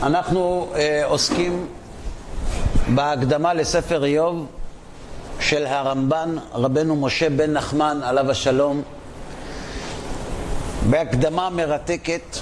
אנחנו עוסקים בהקדמה לספר איוב של הרמב"ן, רבנו משה בן נחמן עליו השלום, בהקדמה מרתקת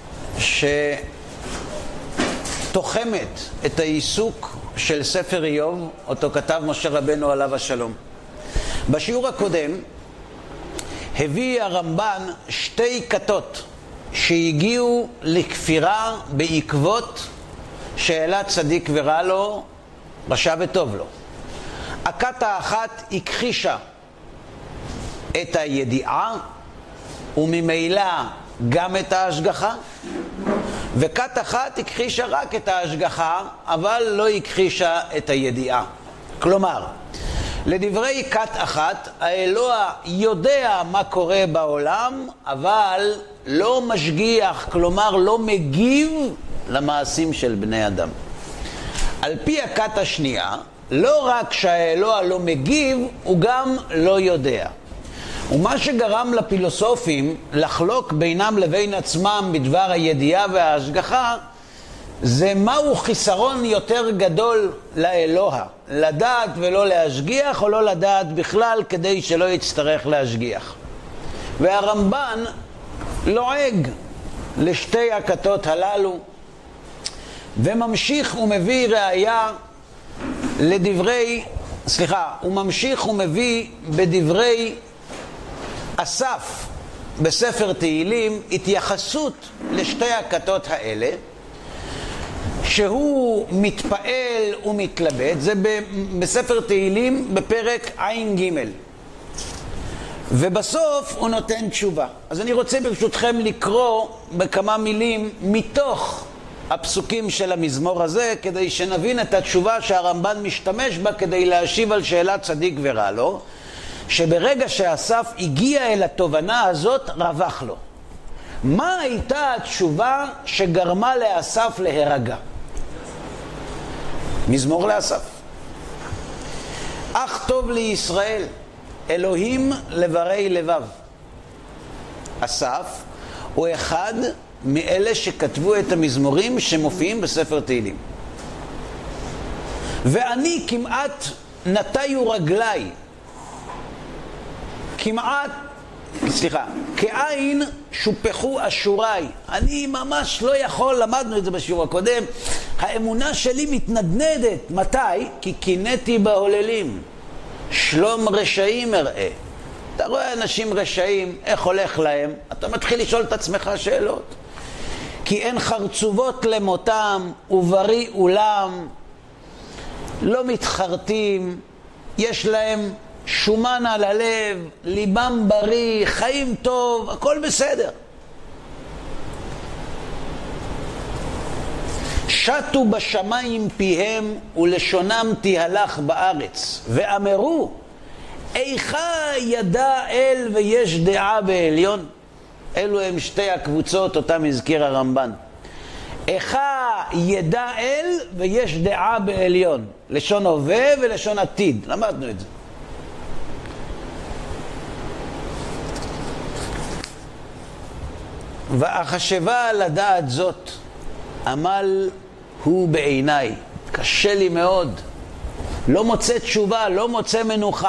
שתוחמת את העיסוק של ספר איוב, אותו כתב משה רבנו עליו השלום. בשיעור הקודם הביא הרמב"ן שתי כתות שהגיעו לכפירה בעקבות שאלת צדיק ורע לו, רשע וטוב לו. הכת האחת הכחישה את הידיעה וממילא גם את ההשגחה, וכת אחת הכחישה רק את ההשגחה אבל לא הכחישה את הידיעה. כלומר, לדברי כת אחת, האלוה יודע מה קורה בעולם, אבל לא משגיח, כלומר לא מגיב למעשים של בני אדם. על פי הכת השנייה, לא רק שהאלוה לא מגיב, הוא גם לא יודע. ומה שגרם לפילוסופים לחלוק בינם לבין עצמם בדבר הידיעה וההשגחה, זה מהו חיסרון יותר גדול לאלוה, לדעת ולא להשגיח, או לא לדעת בכלל כדי שלא יצטרך להשגיח. והרמב"ן לועג לשתי הכתות הללו, וממשיך ומביא ראיה לדברי, הוא ממשיך ומביא בדברי אסף בספר תהילים התייחסות לשתי הכתות האלה, שהוא מתפעל ומתלבט. זה בספר תהילים בפרק עין ג', ובסוף הוא נותן תשובה. אז אני רוצה ברשותכם לקרוא בכמה מילים מתוך הפסוקים של המזמור הזה, כדי שנבין את התשובה שהרמב"ן משתמש בה כדי להשיב על שאלת צדיק ורע לו, שברגע שאסף הגיע אל התובנה הזאת רווח לו. מה הייתה התשובה שגרמה לאסף להירגע? מזמור לאסף. אך טוב לישראל, אלוהים לברי לבב. אסף הוא אחד מאלה שכתבו את המזמורים שמופיעים בספר תהילים. ואני כמעט נטיו רגלי, כעין שופחו אשוריי. אני ממש לא יכול, למדנו את זה בשיעור הקודם, האמונה שלי מתנדנדת. מתי? כי קינאתי בהוללים, שלום רשעים אראה. אתה רואה אנשים רשעים, איך הולך להם? אתה מתחיל לשאול את עצמך שאלות. כי אין חרצובות למותם ובריא אולם, לא מתחרטים, יש להם שומן על הלב, ליבם בריא, חיים טוב, הכל בסדר. שטו בשמיים פיהם ולשונם תהלך בארץ, ואמרו איכה ידע אל ויש דעה בעליון. אלו הם שתי הקבוצות אותם הזכיר הרמב"ן. איכה ידע אל ויש דעה בעליון, לשון הווה ולשון עתיד, למדנו את זה. והחשבה לדעת זאת עמל הוא בעיניי. קשה לי מאוד, לא מוצא תשובה, לא מוצא מנוחה.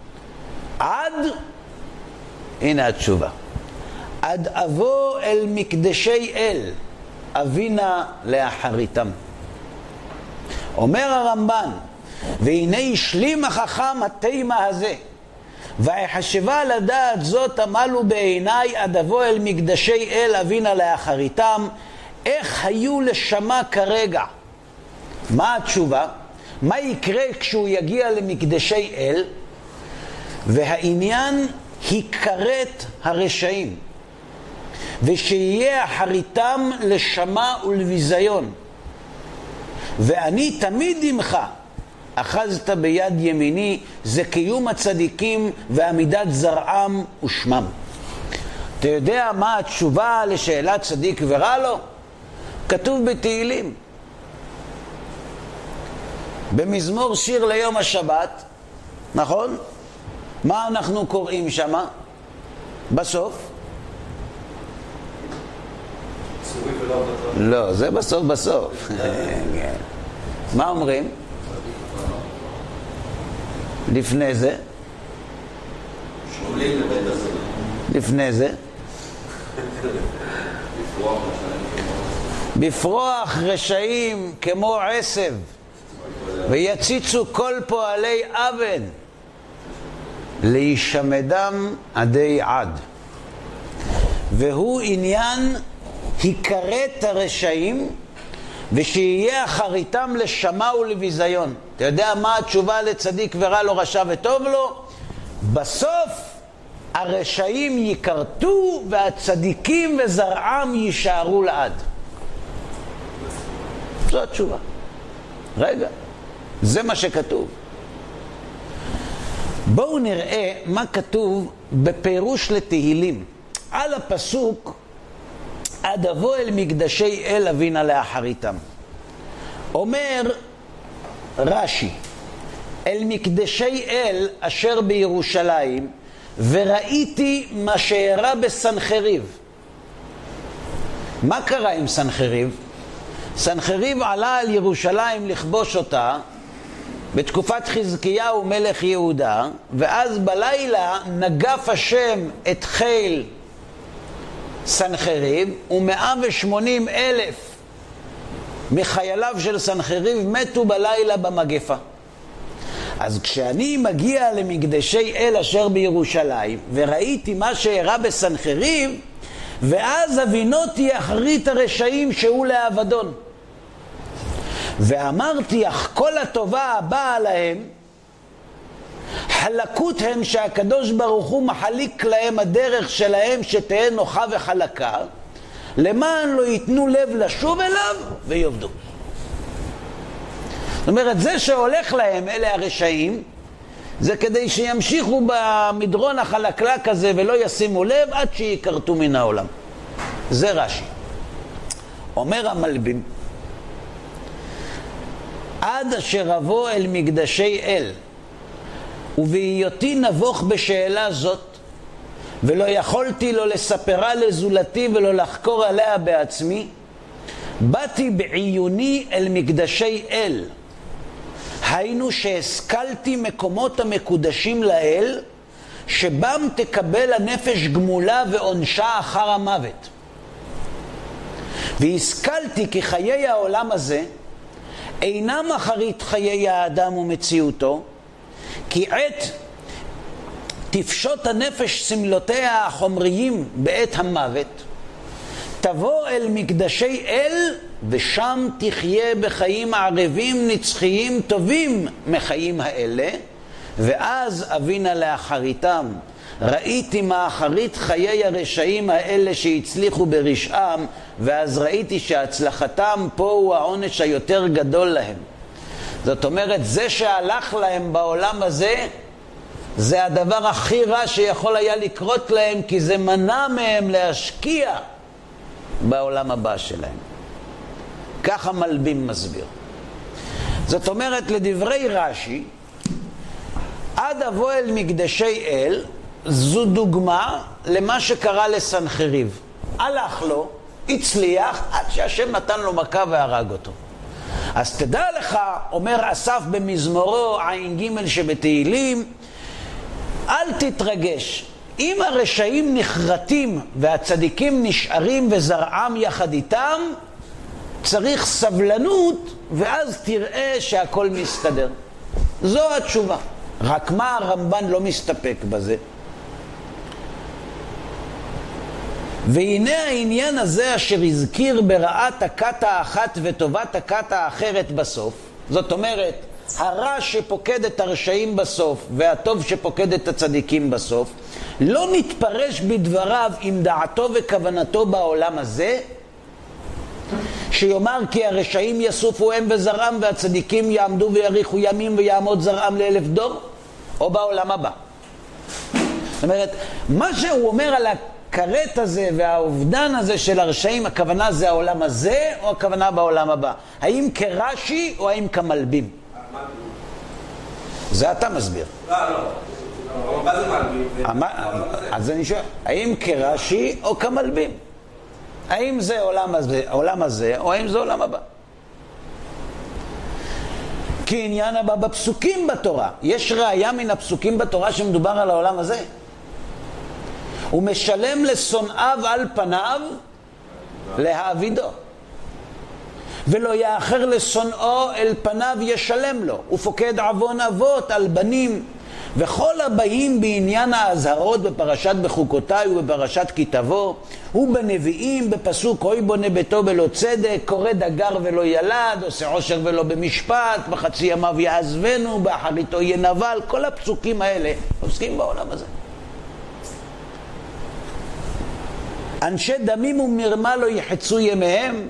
הנה התשובה, עד אבוא אל מקדשי אל אבינה לאחריתם. אומר הרמב"ן, והנה השלים החכם התימה הזה, והחשבה לדעת זאת עמלו בעיניי עד אבוא אל מקדשי אל אבינה לאחריתם. איך היו לשמה כרגע? מה התשובה? מה יקרה כשהוא יגיע למקדשי אל? והעניין היכרת הרשעים, ושיהיה אחריתם לשמה ולביזיון. ואני תמיד עמך, אחזת ביד ימיני, זה קיום הצדיקים ועמידת זרעם ושמם. אתה יודע מה התשובה לשאלת צדיק ורע לו? כתוב בתהילים, במזמור שיר ליום השבת, נכון? מה אנחנו קוראים שמה? בסוף? צורי ולא בתורה לא, זה בסוף בסוף. מה אומרים? לפני זה? לפני זה? בפרוח רשעים כמו עשב ויציצו כל פועלי אבן להישמדם עדי עד. והוא עניין הכרת הרשעים ושיהיה אחריתם לשמה ולביזיון. אתה יודע מה התשובה לצדיק ורע לו, רשע וטוב לו? בסוף הרשעים יקרתו והצדיקים וזרעם יישארו לעד. זו התשובה. רגע, זה מה שכתוב. בואו נראה מה כתוב בפירוש לתהילים. על הפסוק עד אבוא אל מקדשי אל אבינה לאחריתם. אומר רש"י, אל מקדשי אל אשר בירושלים וראיתי מה שאירע בסנחריב. מה קרה עם סנחריב? סנחריב עלה על ירושלים לכבוש אותה בתקופת חזקיהו מלך יהודה, ואז בלילה נגף השם את חיל סנחריב, ו180,000 מחייליו של סנחריב מתו בלילה במגפה. אז כשאני מגיע למקדשי אל אשר בירושלים וראיתי מה שאירע בסנחריב, ואז הבינותי אחרית הרשעים שהוא לאבדון, ואמרתי אך כל הטובה הבאה להם חלקות הם שהקדוש ברוך הוא מחליק להם הדרך שלהם שתהיה נוחה וחלקה, למען לא ייתנו לב לשוב אליו ויובדו. זאת אומרת, זה שהולך להם, אלה הרשעים, זה כדי שימשיכו במדרון החלקלק הזה ולא ישימו לב עד שיקרתו מן העולם. זה רש"י. אומר המלבים, עד אשר אבוא אל מקדשי אל, ובהיותי נבוך בשאלה זאת, ולא יכולתי לא לספרה לזולתי ולא לחקור עליה בעצמי, באתי בעיוני אל מקדשי אל. היינו שהשכלתי מקומות המקודשים לאל, שבם תקבל הנפש גמולה ועונשה אחר המוות. והשכלתי כי חיי העולם הזה אינם אחרית חיי האדם ומציאותו, כי עת תפשוט הנפש סמלותיה החומריים בעת המוות, תבוא אל מקדשי אל ושם תחיה בחיים ערבים נצחיים טובים מחיים האלה, ואז אבינה לאחריתם. ראיתי מאחרית חיי הרשעים האלה שהצליחו ברשעם, ואז ראיתי שהצלחתם פה הוא העונש היותר גדול להם. זאת אומרת, זה שהלך להם בעולם הזה, זה הדבר הכי רע שיכול היה לקרות להם, כי זה מנע מהם להשקיע בעולם הבא שלהם. ככה מלבים מסביר. זאת אומרת, לדברי רש"י, עד אבוא אל מקדשי אל, זו דוגמה למה שקרה לסנחריב. הלך לו, הצליח, עד שהשם נתן לו מכה והרג אותו. אז תדע לך, אומר אסף במזמורו עין ג' שבתהילים, אל תתרגש. אם הרשעים נחרטים והצדיקים נשארים וזרעם יחד איתם, צריך סבלנות, ואז תראה שהכל מסתדר. זו התשובה. רק מה הרמב"ן לא מסתפק בזה? והנה העניין הזה אשר הזכיר ברעת הכת האחת וטובת הכת האחרת בסוף. זאת אומרת, הרע שפוקד את הרשעים בסוף והטוב שפוקד את הצדיקים בסוף, לא נתפרש בדבריו עם דעתו וכוונתו בעולם הזה, שיאמר כי הרשעים יסופו הם וזרעם והצדיקים יעמדו ויריחו ימים ויעמוד זרעם ל1000 דור, או בעולם הבא. זאת אומרת, מה שהוא אומר על הכרת הזה והאובדן הזה של הרשעים, הכוונה זה העולם הזה או הכוונה בעולם הבא? האם כרש"י או האם כמלבים? זה אתה מסביר. לא, מה זה מלבים? אז אני שואל, האם כרש"י או כמלבים? האם זה עולם הזה או האם זה עולם הבא. כי עניין הבא בפסוקים בתורה, יש ראיה מן הפסוקים בתורה שמדובר על העולם הזה. הוא משלם לשונאיו על פניו להעבידו, ולא יאחר לשונאו אל פניו ישלם לו. הוא פוקד עוון אבות על בנים. וכל הבאים בעניין ההזהרות בפרשת בחוקותיי ובפרשת כי תבוא, ובנביאים בפסוק הוי בונה ביתו בלא צדק, קורא דגר ולא ילד, עושה עושר ולא במשפט, בחצי ימיו יעזבנו, באחריתו ינבל. כל הפסוקים האלה עוסקים בעולם הזה. אנשי דמים ומרמה לא יחצו ימיהם,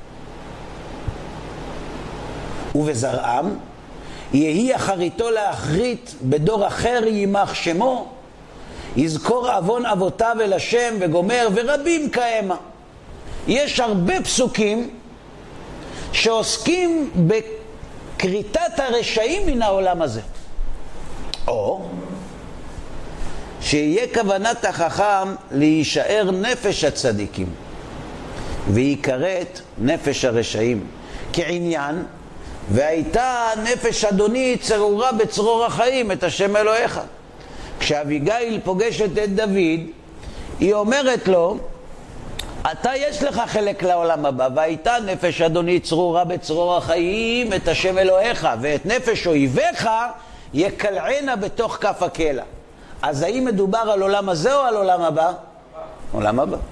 ובזרעם יהי אחריתו לאחרית, בדור אחר יימח שמו, יזכור עוון אבותיו אל השם וגומר, ורבים כהמה. יש הרבה פסוקים שעוסקים בקריטת הרשעים מן העולם הזה, או שיהיה כוונת החכם להישאר נפש הצדיקים ויקראת נפש הרשעים, כעניין והייתה נפש אדוני צרורה בצרור החיים את השם אלוהיך. כשאביגיל פוגשת את דוד, היא אומרת לו, אתה יש לך חלק לעולם הבא, והייתה נפש אדוני צרורה בצרור החיים את השם אלוהיך, ואת נפש אויביך יקלענה בתוך כף הקלע. אז האם מדובר על עולם הזה או על עולם הבא? עולם הבא.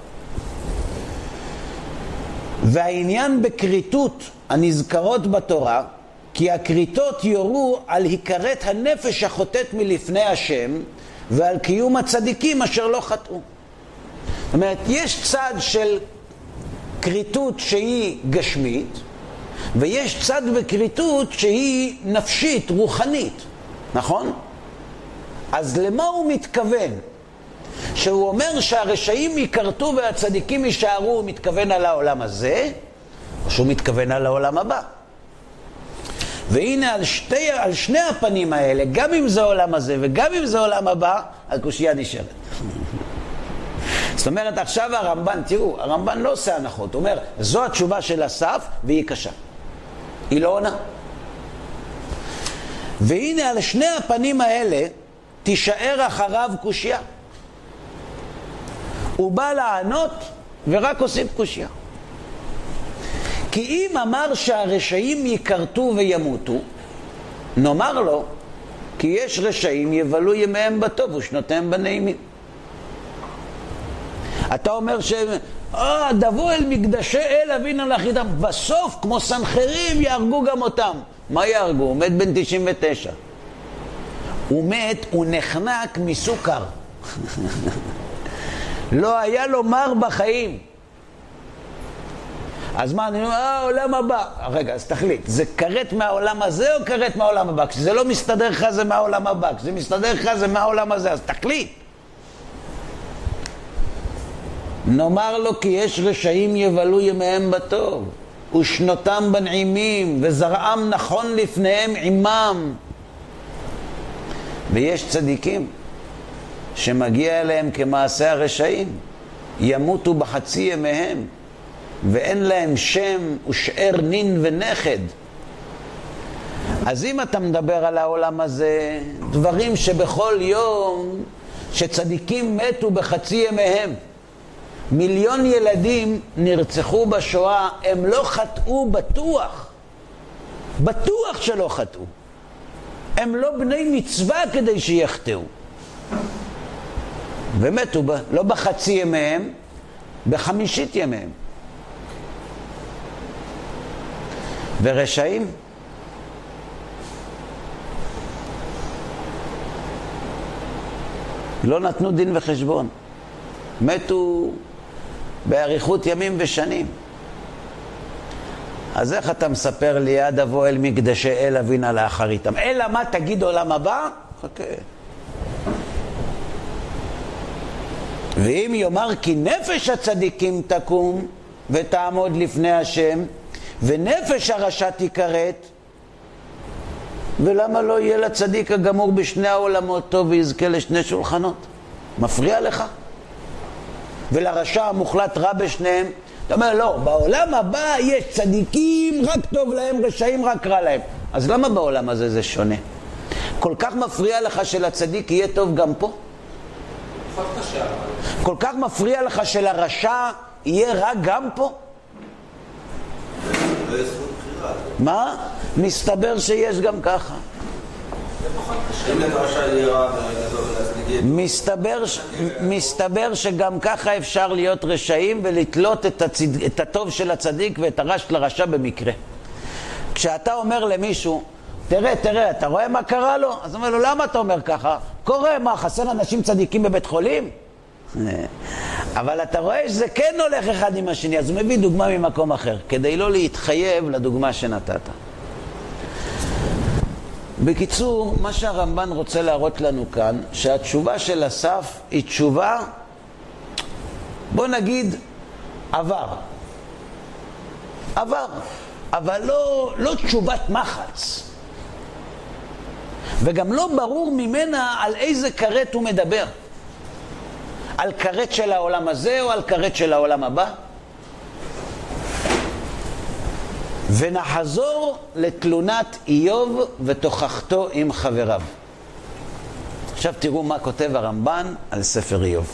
והעניין בקריטות הנזכרות בתורה, כי הקריטות יורו על הכרת הנפש החוטאת מלפני השם, ועל קיום הצדיקים אשר לא חטאו. זאת אומרת, יש צד של קריטות שהיא גשמית, ויש צד בקריטות שהיא נפשית, רוחנית. נכון? אז למה הוא מתכוון? שהוא אומר שהרשעים יקרתו והצדיקים יישארו, הוא מתכוון על העולם הזה, או שהוא מתכוון על העולם הבא? והנה על שני הפנים האלה, גם אם זה העולם הזה וגם אם זה העולם הבא, הקושיה נשארת. זאת אומרת, עכשיו הרמב"ן, תראו, הרמב"ן לא עושה הנחות, הוא אומר, זו התשובה של אסף והיא קשה. היא לא עונה. והנה על שני הפנים האלה תישאר אחריו קושיה. הוא בא לענות ורק עושים קושיה. כי אם אמר שהרשעים יקרתו וימותו, נאמר לו, כי יש רשעים יבלו ימיהם בטוב ושנותיהם בנעימים. אתה אומר שהם דבו אל מקדשי אל אבינו לאחריתם, בסוף כמו סנחריב יהרגו גם אותם. מה יהרגו? הוא מת בן 99. הוא מת, הוא נחנק מסוכר. לא היה לו מר בחיים. אז מה, אני אומר, עולם הבא. רגע, אז תחליט, זה קראת מהעולם הזה או קראת מהעולם הבא? כשזה לא מסתדר לך זה מהעולם הבא, כשזה מסתדר לך זה מהעולם הזה, אז תחליט. נאמר לו, כי יש רשעים יבלו ימיהם בטוב, ושנותם בנעימים, וזרעם נכון לפניהם עמם. ויש צדיקים שמגיע אליהם כמעשה הרשעים, ימותו בחצי ימיהם, ואין להם שם ושאר נין ונכד. אז אם אתה מדבר על העולם הזה, דברים שבכל יום שצדיקים מתו בחצי ימיהם, 1,000,000 ילדים נרצחו בשואה, הם לא חטאו בטוח שלא חטאו. הם לא בני מצווה כדי שיחטאו. ומתו לא בחצי ימיהם, בחמישית ימיהם. ורשעים לא נתנו דין וחשבון, מתו באריכות ימים ושנים. אז איך אתה מספר לי עד אבוא אל מקדשי אל אבינו לאחריתם? אלא מה תגיד עולם הבא? חכה. ואם יאמר כי נפש הצדיקים תקום ותעמוד לפני השם, ונפש הרשע תיקראת, ולמה לא יהיה לצדיק הגמור בשני העולמות טוב ויזכה לשני שולחנות? מפריע לך? ולרשע המוחלט רע בשניהם, אתה אומר, לא, בעולם הבא יש צדיקים, רק טוב להם, רשעים, רק רע להם. אז למה בעולם הזה זה שונה? כל כך מפריע לך שלצדיק יהיה טוב גם פה? כל כך מפריע לך שלרשע יהיה רע גם פה? מה? מסתבר שיש גם ככה. מסתבר שגם ככה אפשר להיות רשעים ולתלות את הטוב של הצדיק ואת הרע של הרשע במקרה. כשאתה אומר למישהו, תראה, אתה רואה מה קרה לו? אז אומר לו, למה אתה אומר ככה? קורה, מה, חסר אנשים צדיקים בבית חולים? אבל אתה רואה שזה כן הולך אחד עם השני, אז הוא מביא דוגמה ממקום אחר, כדי לא להתחייב לדוגמה שנתת. בקיצור, מה שהרמב"ן רוצה להראות לנו כאן, שהתשובה של אסף היא תשובה, בוא נגיד, עבר, אבל לא תשובת מחץ. וגם לא ברור ממנה על איזה כרת הוא מדבר. על כרת של העולם הזה או על כרת של העולם הבא. ונחזור לתלונת איוב ותוכחתו עם חבריו. עכשיו תראו מה כותב הרמב"ן על ספר איוב.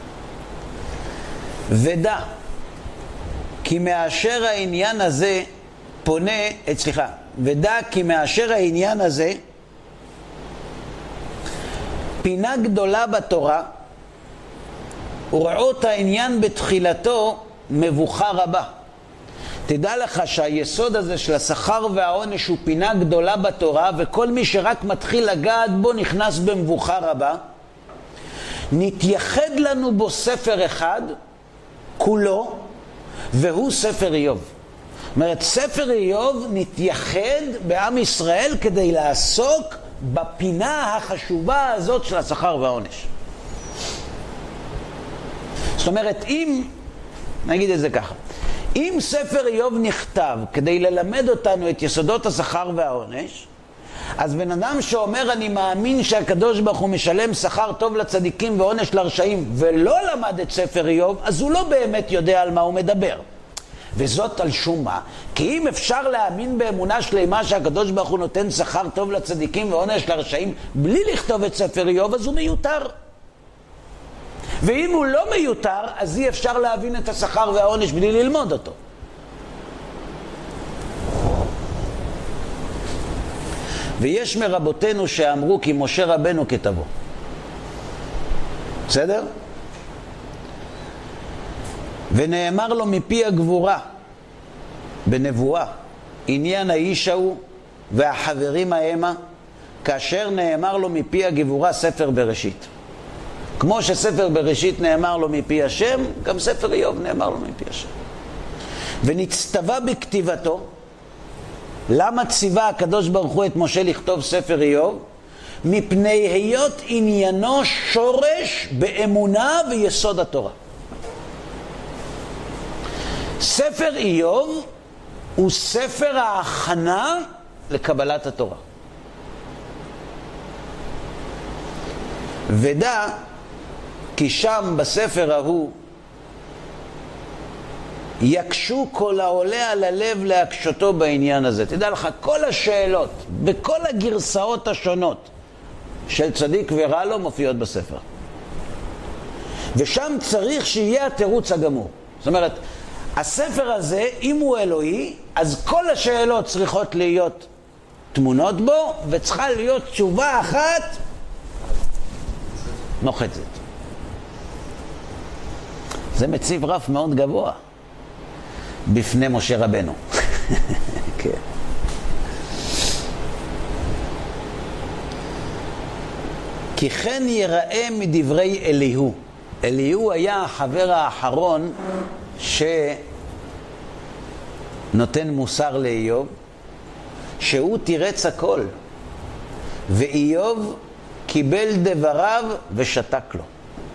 ודע כי מאשר העניין הזה ודע כי מאשר העניין הזה פינה גדולה בתורה, וראות העניין בתחילתו מבוכה רבה. תדע לך שהיסוד הזה של השכר והעונש הוא פינה גדולה בתורה, וכל מי שרק מתחיל לגעת בו נכנס במבוכה רבה. נתייחד לנו בו ספר אחד כולו, והוא ספר איוב. זאת אומרת, ספר איוב נתייחד בעם ישראל כדי לעסוק בפינה החשובה הזאת של השכר והעונש. זאת אומרת, נגיד את זה ככה, אם ספר איוב נכתב כדי ללמד אותנו את יסודות השכר והעונש, אז בן אדם שאומר אני מאמין שהקדוש ברוך הוא משלם שכר טוב לצדיקים ועונש לרשעים ולא למד את ספר איוב, אז הוא לא באמת יודע על מה הוא מדבר. וזאת על שום מה? כי אם אפשר להאמין באמונה שלמה שהקדוש ברוך הוא נותן שכר טוב לצדיקים ועונש לרשעים בלי לכתוב את ספר איוב, אז הוא מיותר. ואם הוא לא מיותר, אז אי אפשר להבין את השכר והעונש בלי ללמוד אותו. ויש מרבותינו שאמרו כי משה רבנו כתבו. בסדר? ונאמר לו מפי הגבורה בנבואה עניין האיש ההוא והחברים המה, כאשר נאמר לו מפי הגבורה ספר בראשית. כמו שספר בראשית נאמר לו מפי השם, גם ספר איוב נאמר לו מפי השם. ונצטווה בכתיבתו. למה ציווה הקדוש ברוך הוא את משה לכתוב ספר איוב? מפני היות עניינו שורש באמונה ויסוד התורה. ספר איוב הוא ספר ההכנה לקבלת התורה. ודע כי שם בספר ההוא יקשו כל העולה על הלב להקשותו בעניין הזה. תדע לך, כל השאלות בכל הגרסאות השונות של צדיק ורע לו מופיעות בספר, ושם צריך שיהיה התירוץ הגמור. זאת אומרת, הספר הזה, אם הוא אלוהי, אז כל השאלות צריכות להיות תמונות בו, וצריכה להיות תשובה אחת נוחצת. זה מציב רף מאוד גבוה בפני משה רבנו. כן. כי כן יראה מדברי אליהו. אליהו היה החבר האחרון שנותן מוסר לאיוב, שהוא תירץ הכל, ואיוב קיבל דבריו ושתק לו.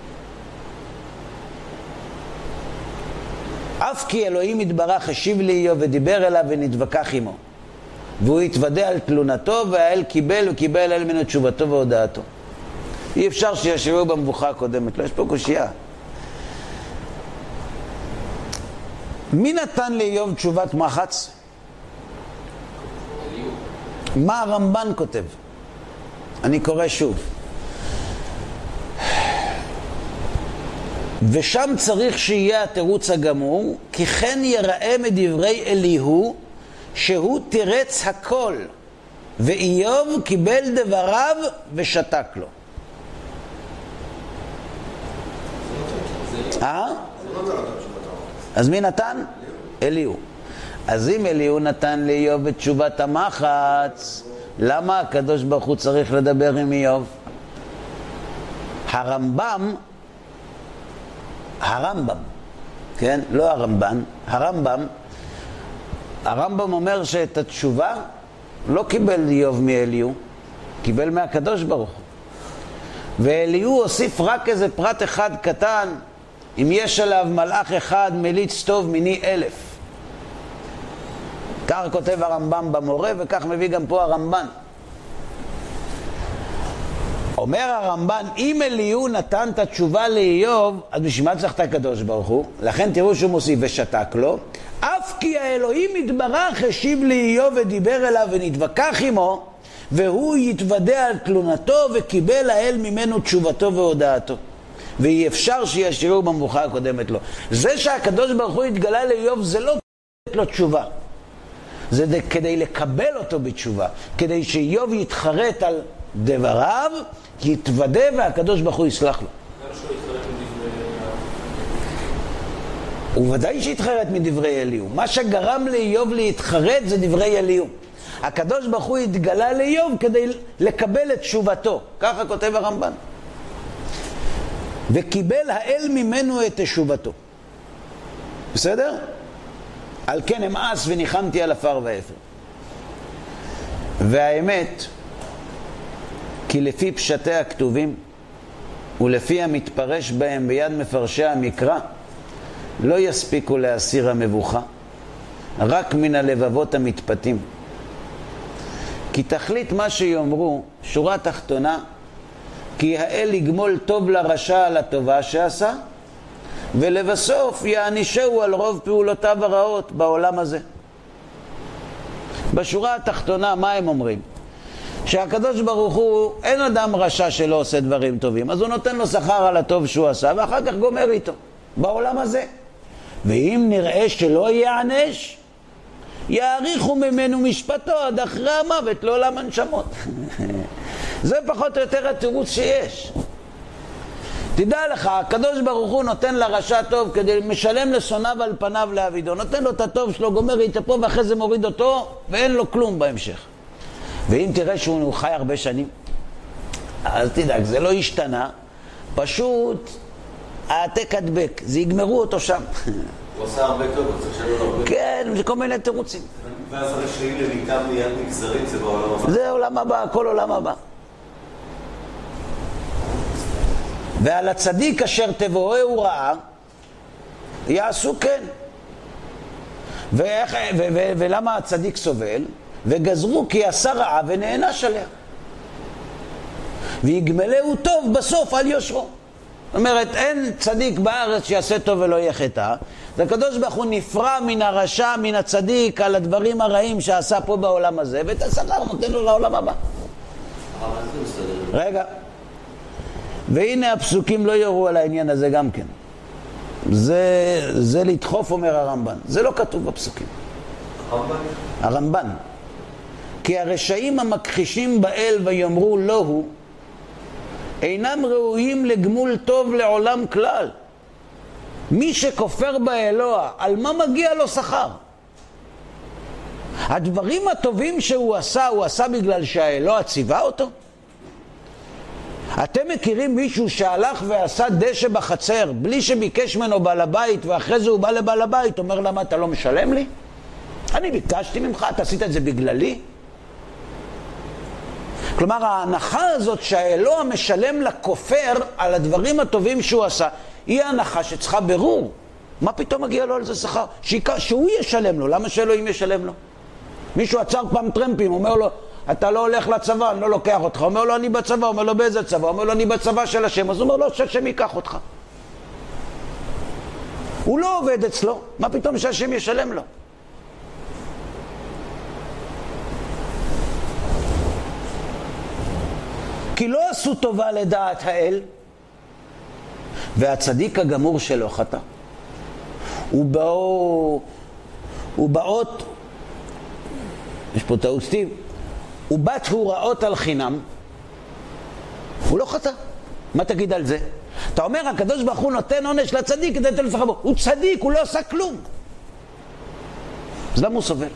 אף כי אלוהים יתברך השיב לאיוב ודיבר אליו ונתווכח עמו, והוא התוודע על תלונתו, והאל קיבל וקיבל אל ממנו תשובתו והודעתו. אי אפשר שישבו במבוכה הקודמת, לא, יש פה קושייה. מי נתן לאיוב תשובת מחץ? מה הרמב"ן כותב? אני קורא שוב. ושם צריך שיהיה התירוץ הגמור, כי כן יראה מדברי אליהו שהוא תירץ הכל, ואיוב קיבל דבריו ושתק לו. אז מי נתן? אליהו. אז אם אליהו נתן לאיוב את תשובת המחץ, למה הקדוש ברוך הוא צריך לדבר עם איוב? הרמב"ם, כן? לא הרמב"ן, הרמב"ם אומר שאת התשובה לא קיבל איוב מאליהו, קיבל מהקדוש ברוך הוא. ואליהו הוסיף רק איזה פרט אחד קטן, אם יש עליו מלאך אחד מליץ טוב מיני 1000. כך כותב הרמב"ם במורה, וכך מביא גם פה הרמב"ן. אומר הרמב"ן, אם אליהו נתן את התשובה לאיוב, אז בשביל מה צריך את הקדוש ברוך הוא? לכן תראו שהוא מוסיף ושתק לו. אף כי האלוהים יתברך השיב לאיוב ודיבר אליו ונתווכח עמו, והוא יתוודע על תלונתו וקיבל האל ממנו תשובתו והודעתו. ואי אפשר שישאירו במבוכה הקודמת לו. זה שהקדוש ברוך הוא התגלה לאיוב זה לא לתת לו תשובה. זה כדי לקבל אותו בתשובה. כדי שאיוב יתחרט על דבריו, יתוודה והקדוש ברוך הוא יסלח לו. הוא ודאי שהתחרט מדברי אליהו. מה שגרם לאיוב להתחרט זה דברי אליהו. הקדוש ברוך הוא התגלה לאיוב כדי לקבל את תשובתו. ככה כותב הרמב"ן. וקיבל האל ממנו את תשובתו. בסדר? על כן אמאס וניחמתי על עפר ואפר. והאמת, כי לפי פשטי הכתובים ולפי המתפרש בהם ביד מפרשי המקרא, לא יספיקו להסיר המבוכה, רק מן הלבבות המתפתים. כי תכלית מה שיאמרו, שורה תחתונה, כי האל יגמול טוב לרשע על הטובה שעשה, ולבסוף יענישהו על רוב פעולותיו הרעות בעולם הזה. בשורה התחתונה מה הם אומרים? שהקדוש ברוך הוא, אין אדם רשע שלא עושה דברים טובים, אז הוא נותן לו שכר על הטוב שהוא עשה, ואחר כך גומר איתו, בעולם הזה. ואם נראה שלא יענש, יאריכו ממנו משפטו עד אחרי המוות לעולם הנשמות. זה פחות או יותר התירוץ שיש. תדע לך, הקדוש ברוך הוא נותן לרשע טוב כדי משלם לשונאיו על פניו לעבידו, נותן לו את הטוב שלו, גומר איתו פה ואחרי זה מוריד אותו ואין לו כלום בהמשך. ואם תראה שהוא חי הרבה שנים, אז תדאג, זה לא השתנה, פשוט העתק הדבק, זה יגמרו אותו שם. הוא עושה הרבה טוב, הוא צריך שלו הרבה. כן, זה כל מיני תירוצים. ואז הרשעים למיטב מיד נגזרים, זה בעולם הבא. זה עולם הבא, כל עולם הבא. ועל הצדיק אשר תבואהו רעה, יעשו כן. ולמה הצדיק סובל? וגזרו כי עשה רעה ונענש עליה. ויגמלהו טוב בסוף על יושרו. זאת אומרת, אין צדיק בארץ שיעשה טוב ולא יהיה חטא. הקדוש ברוך הוא נפרע מן הרשע, מן הצדיק, על הדברים הרעים שעשה פה בעולם הזה, ואת השכר נותן לו לעולם הבא. רגע. והנה הפסוקים לא יורו על העניין הזה גם כן. זה לדחוף, אומר הרמב"ן. זה לא כתוב בפסוקים. הרמב"ן. כי הרשעים המכחישים באל ויאמרו לא הוא, אינם ראויים לגמול טוב לעולם כלל. מי שכופר באלוה, על מה מגיע לו שכר? הדברים הטובים שהוא עשה, הוא עשה בגלל שהאלוה ציווה אותו? אתם מכירים מישהו שהלך ועשה דשא בחצר בלי שביקש ממנו בעל הבית, ואחרי זה הוא בא לבעל הבית, אומר למה אתה לא משלם לי? אני ביקשתי ממך, אתה עשית את זה בגללי? כלומר, ההנחה הזאת שהאלוה משלם לכופר על הדברים הטובים שהוא עשה, היא ההנחה שצריכה ברור. מה פתאום מגיע לו על זה שכר? שהוא ישלם לו, למה שאלוהים ישלם לו? מישהו עצר פעם טרמפים, אומר לו, אתה לא הולך לצבא, אני לא לוקח אותך. אומר לו, אני בצבא. אומר לו, באיזה צבא? אומר לו, אני בצבא של השם. אז הוא אומר לו, שהשם ייקח אותך. הוא לא עובד אצלו, מה פתאום שהשם ישלם לו? כי לא עשו טובה לדעת האל, והצדיק הגמור שלו חטא. הוא באות, יש פה טעות סטיב, הוא בת הוראות על חינם, הוא לא חטא. מה תגיד על זה? אתה אומר, הקדוש ברוך הוא נותן עונש לצדיק כדי לתת לך בו. הוא צדיק, הוא לא עושה כלום. אז למה הוא סובל?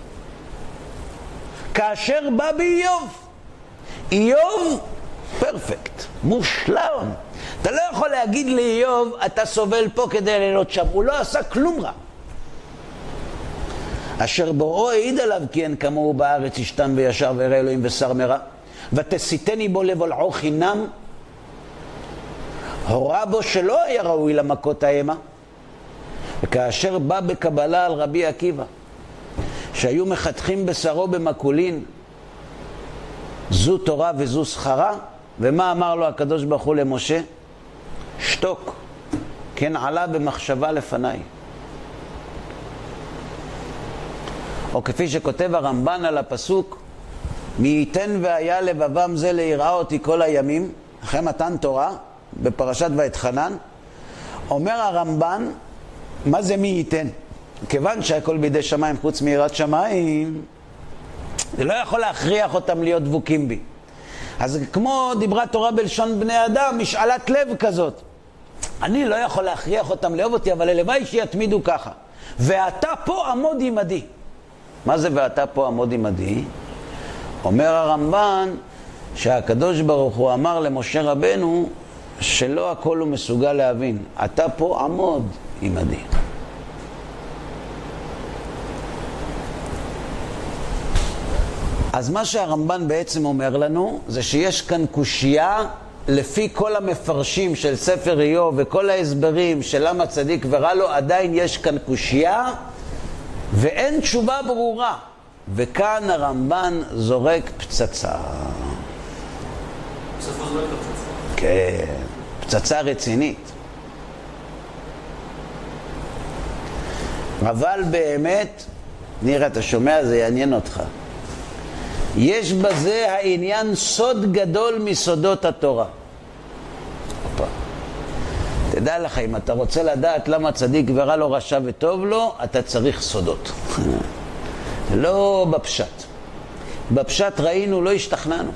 כאשר בא באיוב, איוב פרפקט, מושלם. אתה לא יכול להגיד לאיוב, אתה סובל פה כדי לילות שם. הוא לא עשה כלום רע. אשר בוראו העיד עליו כי אין כמוהו בארץ ישתן וישר וירא אלוהים ושר מרע, ותסיתני בו לבולעו חינם. הורה בו שלא היה ראוי למכות האימה. וכאשר בא בקבלה על רבי עקיבא, שהיו מחתכים בשרו במקולין, זו תורה וזו שכרה, ומה אמר לו הקדוש ברוך הוא למשה? שתוק, כן עלה במחשבה לפניי. או כפי שכותב הרמב"ן על הפסוק, מי ייתן והיה לבבם זה ליראה אותי כל הימים, אחרי מתן תורה, בפרשת ואתחנן, אומר הרמב"ן, מה זה מי ייתן? כיוון שהכל בידי שמיים חוץ מיראת שמיים, זה לא יכול להכריח אותם להיות דבוקים בי. אז כמו דיברה תורה בלשון בני אדם, משאלת לב כזאת. אני לא יכול להכריח אותם לאהוב אותי, אבל הלוואי שיתמידו ככה. ואתה פה עמוד עמדי. מה זה ואתה פה עמוד עמדי? אומר הרמב"ן שהקדוש ברוך הוא אמר למשה רבנו שלא הכל הוא מסוגל להבין. אתה פה עמוד עמדי. אז מה שהרמב"ן בעצם אומר לנו זה שיש כאן קושייה לפי כל המפרשים של ספר איוב וכל ההסברים של למה צדיק ורע לו, עדיין יש כאן קושייה ואין תשובה ברורה. וכאן הרמב"ן זורק פצצה. בסופו זורק פצצה? כן, פצצה רצינית. אבל באמת, נראה, אתה שומע, זה יעניין אותך. יש בזה העניין סוד גדול מסודות התורה. תדע לך, אם אתה רוצה לדעת למה צדיק ורע לו, רשע וטוב לו, אתה צריך סודות. לא בפשט. בפשט ראינו, לא השתכנענו.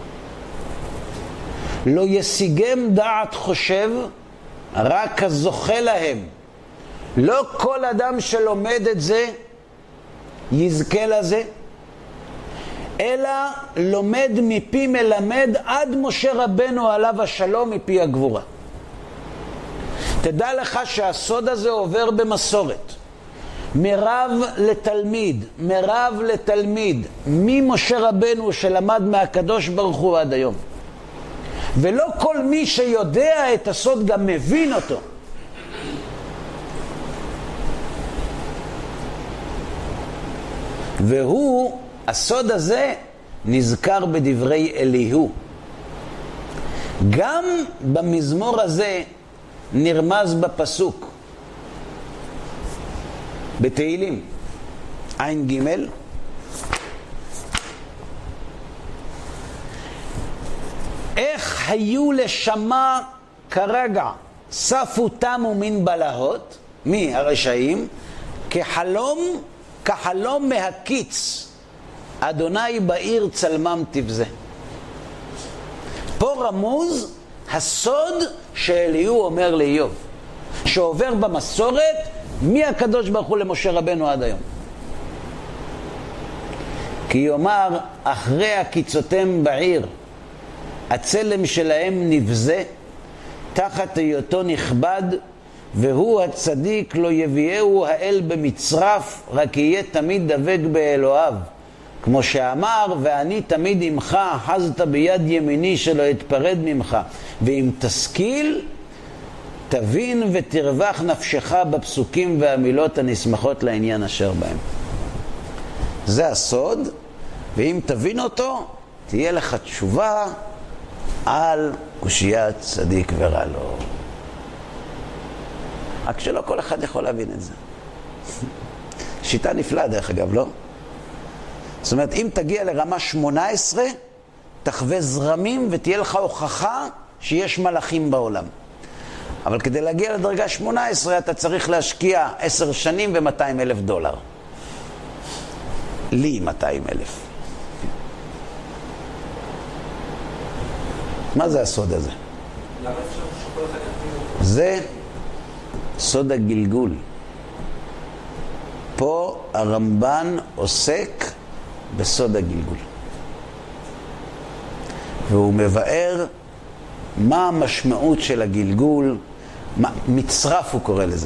לא ישיגם דעת חושב, רק הזוכה להם. לא כל אדם שלומד את זה יזכה לזה, אלא לומד מפי מלמד עד משה רבנו עליו השלום מפי הגבורה. תדע לך שהסוד הזה עובר במסורת. מרב לתלמיד, מרב לתלמיד, ממשה רבנו שלמד מהקדוש ברוך הוא עד היום. ולא כל מי שיודע את הסוד גם מבין אותו. והוא, הסוד הזה, נזכר בדברי אליהו. גם במזמור הזה נרמז בפסוק בתהילים עין ג' איך היו לשמה כרגע ספו תמו מן בלהות, מי הרשעים, כחלום מהקיץ אדוני בעיר צלמם תבזה. פה רמוז הסוד שאליהו אומר לאיוב, שעובר במסורת מהקדוש ברוך הוא למשה רבנו עד היום. כי יאמר אחרי הקיצותם בעיר הצלם שלהם נבזה תחת היותו נכבד, והוא הצדיק לא יביאהו האל במצרף, רק יהיה תמיד דבק באלוהיו, כמו שאמר ואני תמיד עמך, אחזת ביד ימיני שלא אתפרד ממך. ואם תשכיל תבין ותרווח נפשך בפסוקים והמילות הנשמחות לעניין אשר בהם. זה הסוד, ואם תבין אותו תהיה לך תשובה על קושיית צדיק ורע לו. רק שלא כל אחד יכול להבין את זה. שיטה נפלאה דרך אגב, לא? זאת אומרת, אם תגיע לרמה 18, תחווה זרמים ותהיה לך הוכחה שיש מלאכים בעולם. אבל כדי להגיע לדרגה 18, אתה צריך להשקיע 10 שנים ו$200,000. לי 200,000. מה זה הסוד הזה? למה אפשר שכל אחד יחתים? זה סוד הגלגול. פה הרמב"ן עוסק בסוד הגלגול. והוא מבאר מה המשמעות של הגלגול, מצרף הוא קורא לזה.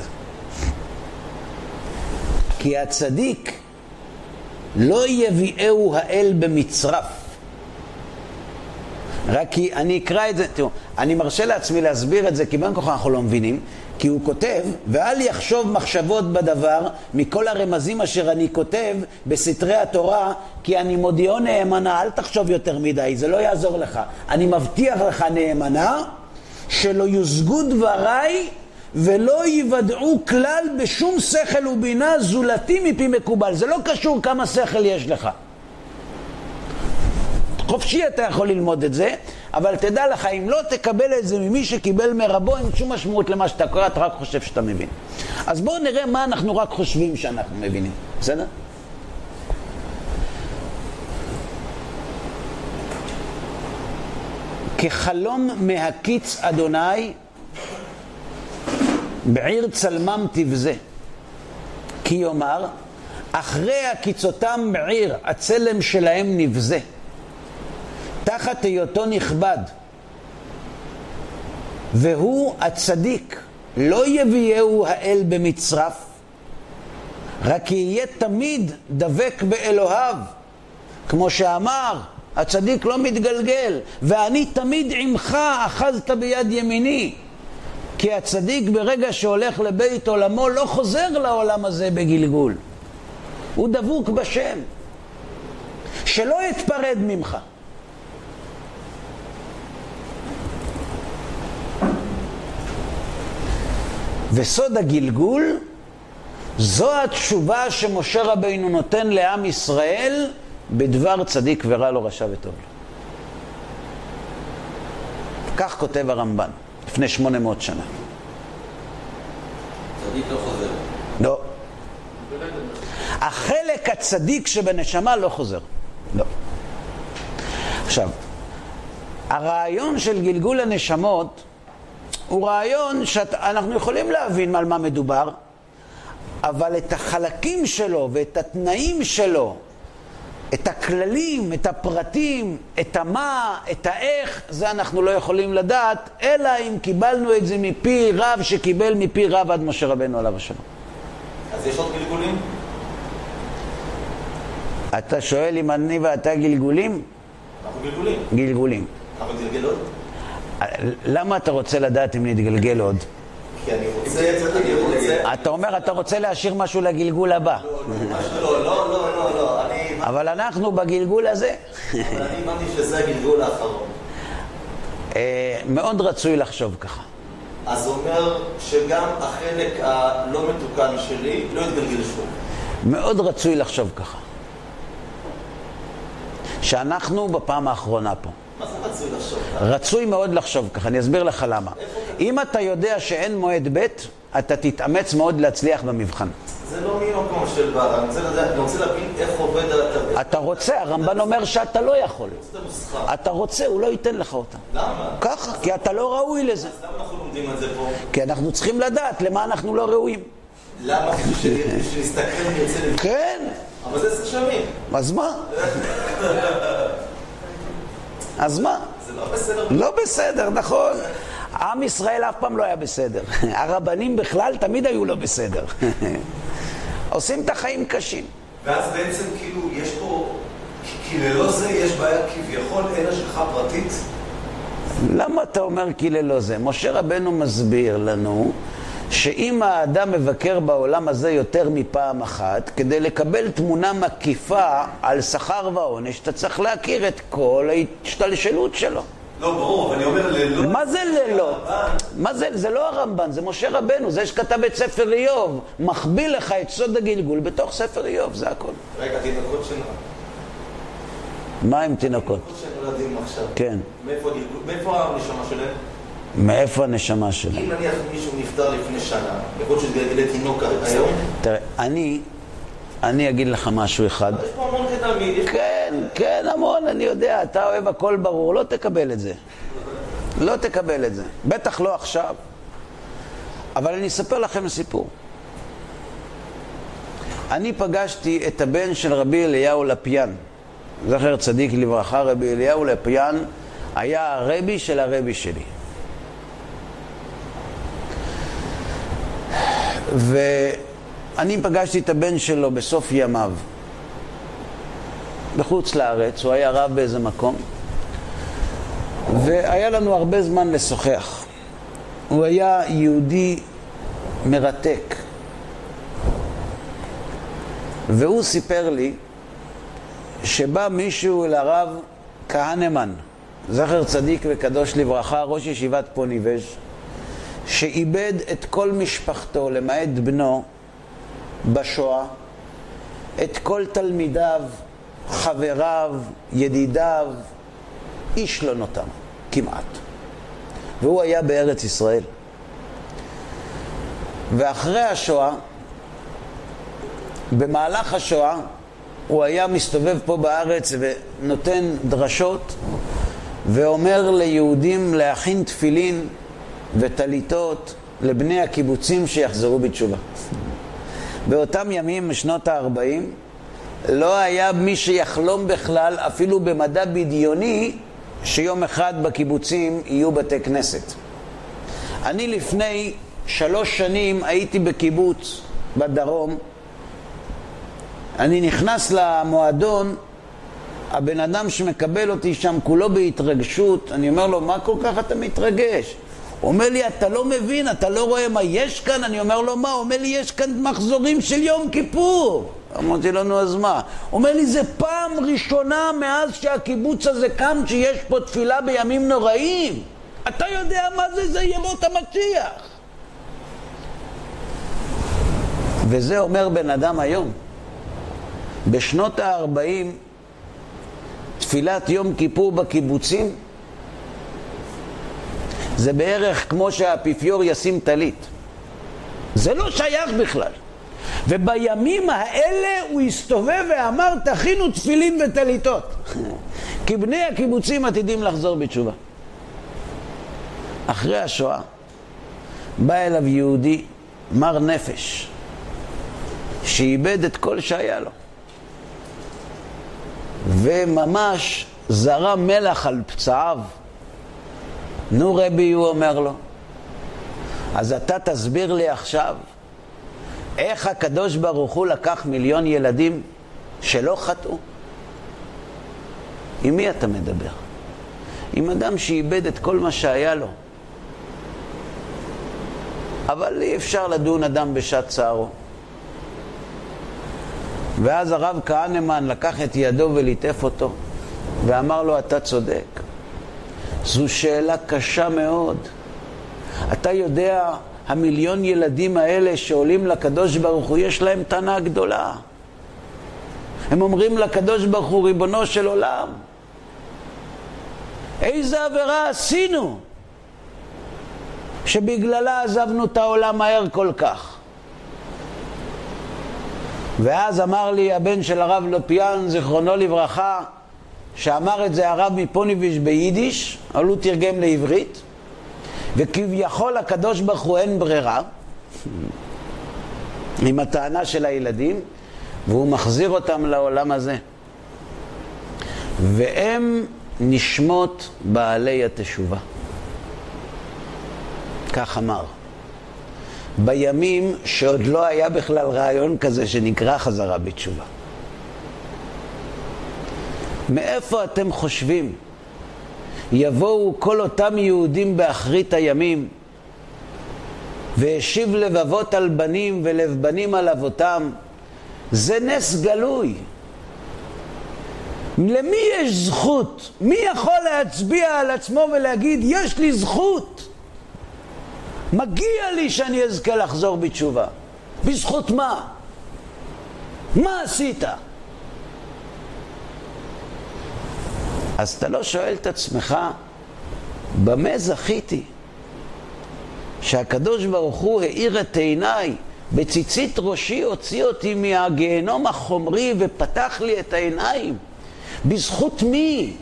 כי הצדיק לא יביאהו האל במצרף. רק כי אני אקרא את זה, תראו, אני מרשה לעצמי להסביר את זה, כי בין ככה אנחנו לא מבינים, כי הוא כותב, ואל יחשוב מחשבות בדבר, מכל הרמזים אשר אני כותב בסתרי התורה, כי אני מודיעו נאמנה, אל תחשוב יותר מדי, זה לא יעזור לך. אני מבטיח לך נאמנה, שלא יושגו דבריי, ולא יוודעו כלל בשום שכל ובינה זולתי מפי מקובל. זה לא קשור כמה שכל יש לך. חופשי אתה יכול ללמוד את זה, אבל תדע לך, אם לא תקבל את זה ממי שקיבל מרבו, אין שום משמעות למה שאתה קורא, אתה רק חושב שאתה מבין. אז בואו נראה מה אנחנו רק חושבים שאנחנו מבינים. בסדר? כחלום מהקיץ אדוני, בעיר צלמם תבזה. כי יאמר, אחרי הקיצותם בעיר, הצלם שלהם נבזה. תחת היותו נכבד, והוא הצדיק, לא יביאהו האל במצרף, רק יהיה תמיד דבק באלוהיו, כמו שאמר, הצדיק לא מתגלגל, ואני תמיד עמך אחזת ביד ימיני. כי הצדיק ברגע שהולך לבית עולמו לא חוזר לעולם הזה בגלגול, הוא דבוק בשם, שלא יתפרד ממך. וסוד הגלגול זו התשובה שמשה רבינו נותן לעם ישראל בדבר צדיק ורע לו, רשע וטוב לו. כך כותב הרמב"ן לפני 800 שנה. צדיק לא חוזר. לא. החלק הצדיק שבנשמה לא חוזר. לא. עכשיו, הרעיון של גלגול הנשמות הוא רעיון שאנחנו יכולים להבין על מה מדובר, אבל את החלקים שלו ואת התנאים שלו, את הכללים, את הפרטים, את המה, את האיך, זה אנחנו לא יכולים לדעת, אלא אם קיבלנו את זה מפי רב שקיבל מפי רב עד משה רבנו עליו השלום. אז יש עוד גלגולים? אתה שואל אם אני ואתה גלגולים? אנחנו גלגולים. גלגולים. אנחנו גלגל עוד? למה אתה רוצה לדעת אם נתגלגל עוד? כי אני רוצה... אתה אומר, אתה רוצה להשאיר משהו לגלגול הבא. לא. אבל אנחנו בגלגול הזה. אבל אני אמרתי שזה הגלגול האחרון. מאוד רצוי לחשוב ככה. אז זה אומר שגם החלק הלא מתוקן שלי לא יתגלגל שוב. מאוד רצוי לחשוב ככה. שאנחנו בפעם האחרונה פה. מה זה רצוי לחשוב ככה? רצוי מאוד לחשוב ככה, אני אסביר לך למה. אם אתה יודע שאין מועד ב', אתה תתאמץ מאוד להצליח במבחן. זה לא ממקום של בעד, אני רוצה להבין איך עובד התרבות. אתה רוצה, הרמב"ן אומר שאתה לא יכול. אתה רוצה, הוא לא ייתן לך אותה. למה? ככה, כי אתה לא ראוי לזה. אז למה אנחנו לומדים את זה פה? כי אנחנו צריכים לדעת למה אנחנו לא ראויים. למה? שנסתכל ויוצא לבד? כן. אבל זה 10 שנים. אז מה? אז מה? זה לא בסדר. לא בסדר, נכון. עם ישראל אף פעם לא היה בסדר. הרבנים בכלל תמיד היו לא בסדר. עושים את החיים קשים. ואז בעצם כאילו יש פה, כי ללא זה יש בעיה כביכול, אין השגחה פרטית? למה אתה אומר כי ללא זה? משה רבנו מסביר לנו שאם האדם מבקר בעולם הזה יותר מפעם אחת, כדי לקבל תמונה מקיפה על שכר ועונש, אתה צריך להכיר את כל ההשתלשלות שלו. לא, ברור, אבל אני אומר ללא... מה זה ללא? מה זה? זה לא הרמב"ן, זה משה רבנו, זה שכתב את ספר איוב, מחביא לך את סוד הגלגול בתוך ספר איוב, זה הכל. רגע, תינוקות שלנו. מה עם תינוקות? תינוקות שנולדים עכשיו. כן. מאיפה הנשמה שלהם? מאיפה הנשמה שלהם? אם נניח מישהו נפטר לפני שנה, יכול להיות שתגלגל תינוק היום? תראה, אני אגיד לך משהו אחד. יש פה המון קטע כן, המון, אני יודע, אתה אוהב הכל ברור, לא תקבל את זה. לא תקבל את זה. בטח לא עכשיו. אבל אני אספר לכם סיפור. אני פגשתי את הבן של רבי אליהו לפיין. זכר צדיק לברכה, רבי אליהו לפיין היה הרבי של הרבי שלי. ואני פגשתי את הבן שלו בסוף ימיו. בחוץ לארץ, הוא היה רב באיזה מקום. והיה לנו הרבה זמן לשוחח. הוא היה יהודי מרתק. והוא סיפר לי שבא מישהו אל הרב כהנמן, זכר צדיק וקדוש לברכה, ראש ישיבת פוניבז', שאיבד את כל משפחתו למעט בנו בשואה, את כל תלמידיו, חבריו, ידידיו, איש לא נותר, כמעט. והוא היה בארץ ישראל. ואחרי השואה, במהלך השואה, הוא היה מסתובב פה בארץ ונותן דרשות, ואומר ליהודים להכין תפילין וטליתות לבני הקיבוצים שיחזרו בתשובה. באותם ימים, משנות ה-40, לא היה מי שיחלום בכלל, אפילו במדע בדיוני, שיום אחד בקיבוצים יהיו בתי כנסת. אני לפני 3 שנים הייתי בקיבוץ בדרום. אני נכנס למועדון, הבן אדם שמקבל אותי שם כולו בהתרגשות. אני אומר לו, מה כל כך אתה מתרגש? הוא אומר לי, אתה לא מבין, אתה לא רואה מה יש כאן? אני אומר לו, מה? הוא אומר לי, יש כאן מחזורים של יום כיפור. אמרתי לנו, אז מה? הוא אומר לי, זה פעם ראשונה מאז שהקיבוץ הזה קם שיש פה תפילה בימים נוראים. אתה יודע מה זה? זה ימות המשיח. וזה אומר בן אדם היום. בשנות ה-40, תפילת יום כיפור בקיבוצים, זה בערך כמו שהאפיפיור ישים טלית. זה לא שייך בכלל. ובימים האלה הוא הסתובב ואמר, תכינו תפילין וטליתות. כי בני הקיבוצים עתידים לחזור בתשובה. אחרי השואה, בא אליו יהודי, מר נפש, שאיבד את כל שהיה לו. וממש זרם מלח על פצעיו. נו רבי, הוא אומר לו, אז אתה תסביר לי עכשיו איך הקדוש ברוך הוא לקח 1,000,000 ילדים שלא חטאו? עם מי אתה מדבר? עם אדם שאיבד את כל מה שהיה לו. אבל אי אפשר לדון אדם בשעת צערו. ואז הרב כהנמן לקח את ידו וליטף אותו ואמר לו, אתה צודק. זו שאלה קשה מאוד. אתה יודע, 1,000,000 ילדים האלה שעולים לקדוש ברוך הוא, יש להם טענה גדולה. הם אומרים לקדוש ברוך הוא, ריבונו של עולם, איזה עבירה עשינו שבגללה עזבנו את העולם מהר כל כך? ואז אמר לי הבן של הרב לופיאן, זיכרונו לברכה, שאמר את זה הרב מפוניבז' ביידיש, אבל הוא תרגם לעברית, וכביכול הקדוש ברוך הוא אין ברירה עם הטענה של הילדים, והוא מחזיר אותם לעולם הזה. והם נשמות בעלי התשובה. כך אמר. בימים שעוד לא היה בכלל רעיון כזה שנקרא חזרה בתשובה. מאיפה אתם חושבים יבואו כל אותם יהודים באחרית הימים והשיב לבבות על בנים ולב בנים על אבותם? זה נס גלוי. למי יש זכות? מי יכול להצביע על עצמו ולהגיד יש לי זכות? מגיע לי שאני אזכה לחזור בתשובה. בזכות מה? מה עשית? אז אתה לא שואל את עצמך, במה זכיתי? שהקדוש ברוך הוא האיר את עיניי, בציצית ראשי הוציא אותי מהגיהנום החומרי ופתח לי את העיניים. בזכות מי?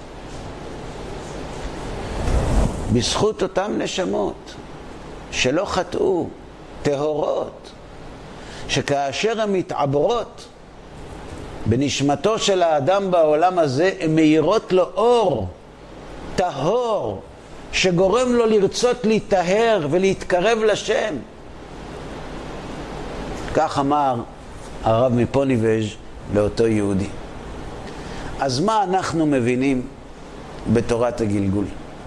בזכות אותם נשמות שלא חטאו, טהורות, שכאשר הן מתעברות בנשמתו של האדם בעולם הזה, הן מאירות לו אור טהור שגורם לו לרצות להיטהר ולהתקרב לשם. כך אמר הרב מפוניבז' לאותו יהודי. אז מה אנחנו מבינים בתורת הגלגול?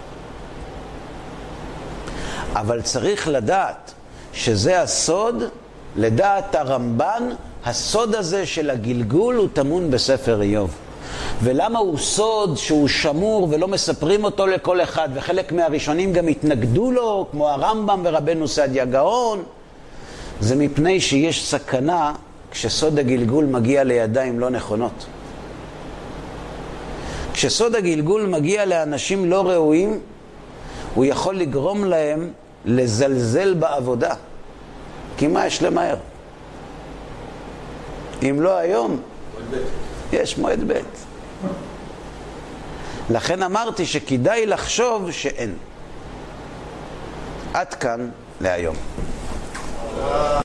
אבל צריך לדעת שזה הסוד, לדעת הרמב"ן, הסוד הזה של הגלגול הוא טמון בספר איוב. ולמה הוא סוד שהוא שמור ולא מספרים אותו לכל אחד, וחלק מהראשונים גם התנגדו לו, כמו הרמב"ם ורבנו סעדיה גאון? זה מפני שיש סכנה כשסוד הגלגול מגיע לידיים לא נכונות. כשסוד הגלגול מגיע לאנשים לא ראויים, הוא יכול לגרום להם לזלזל בעבודה. כי מה יש למהר? אם לא היום, יש מועד ב'. לכן אמרתי שכדאי לחשוב שאין. עד כאן להיום.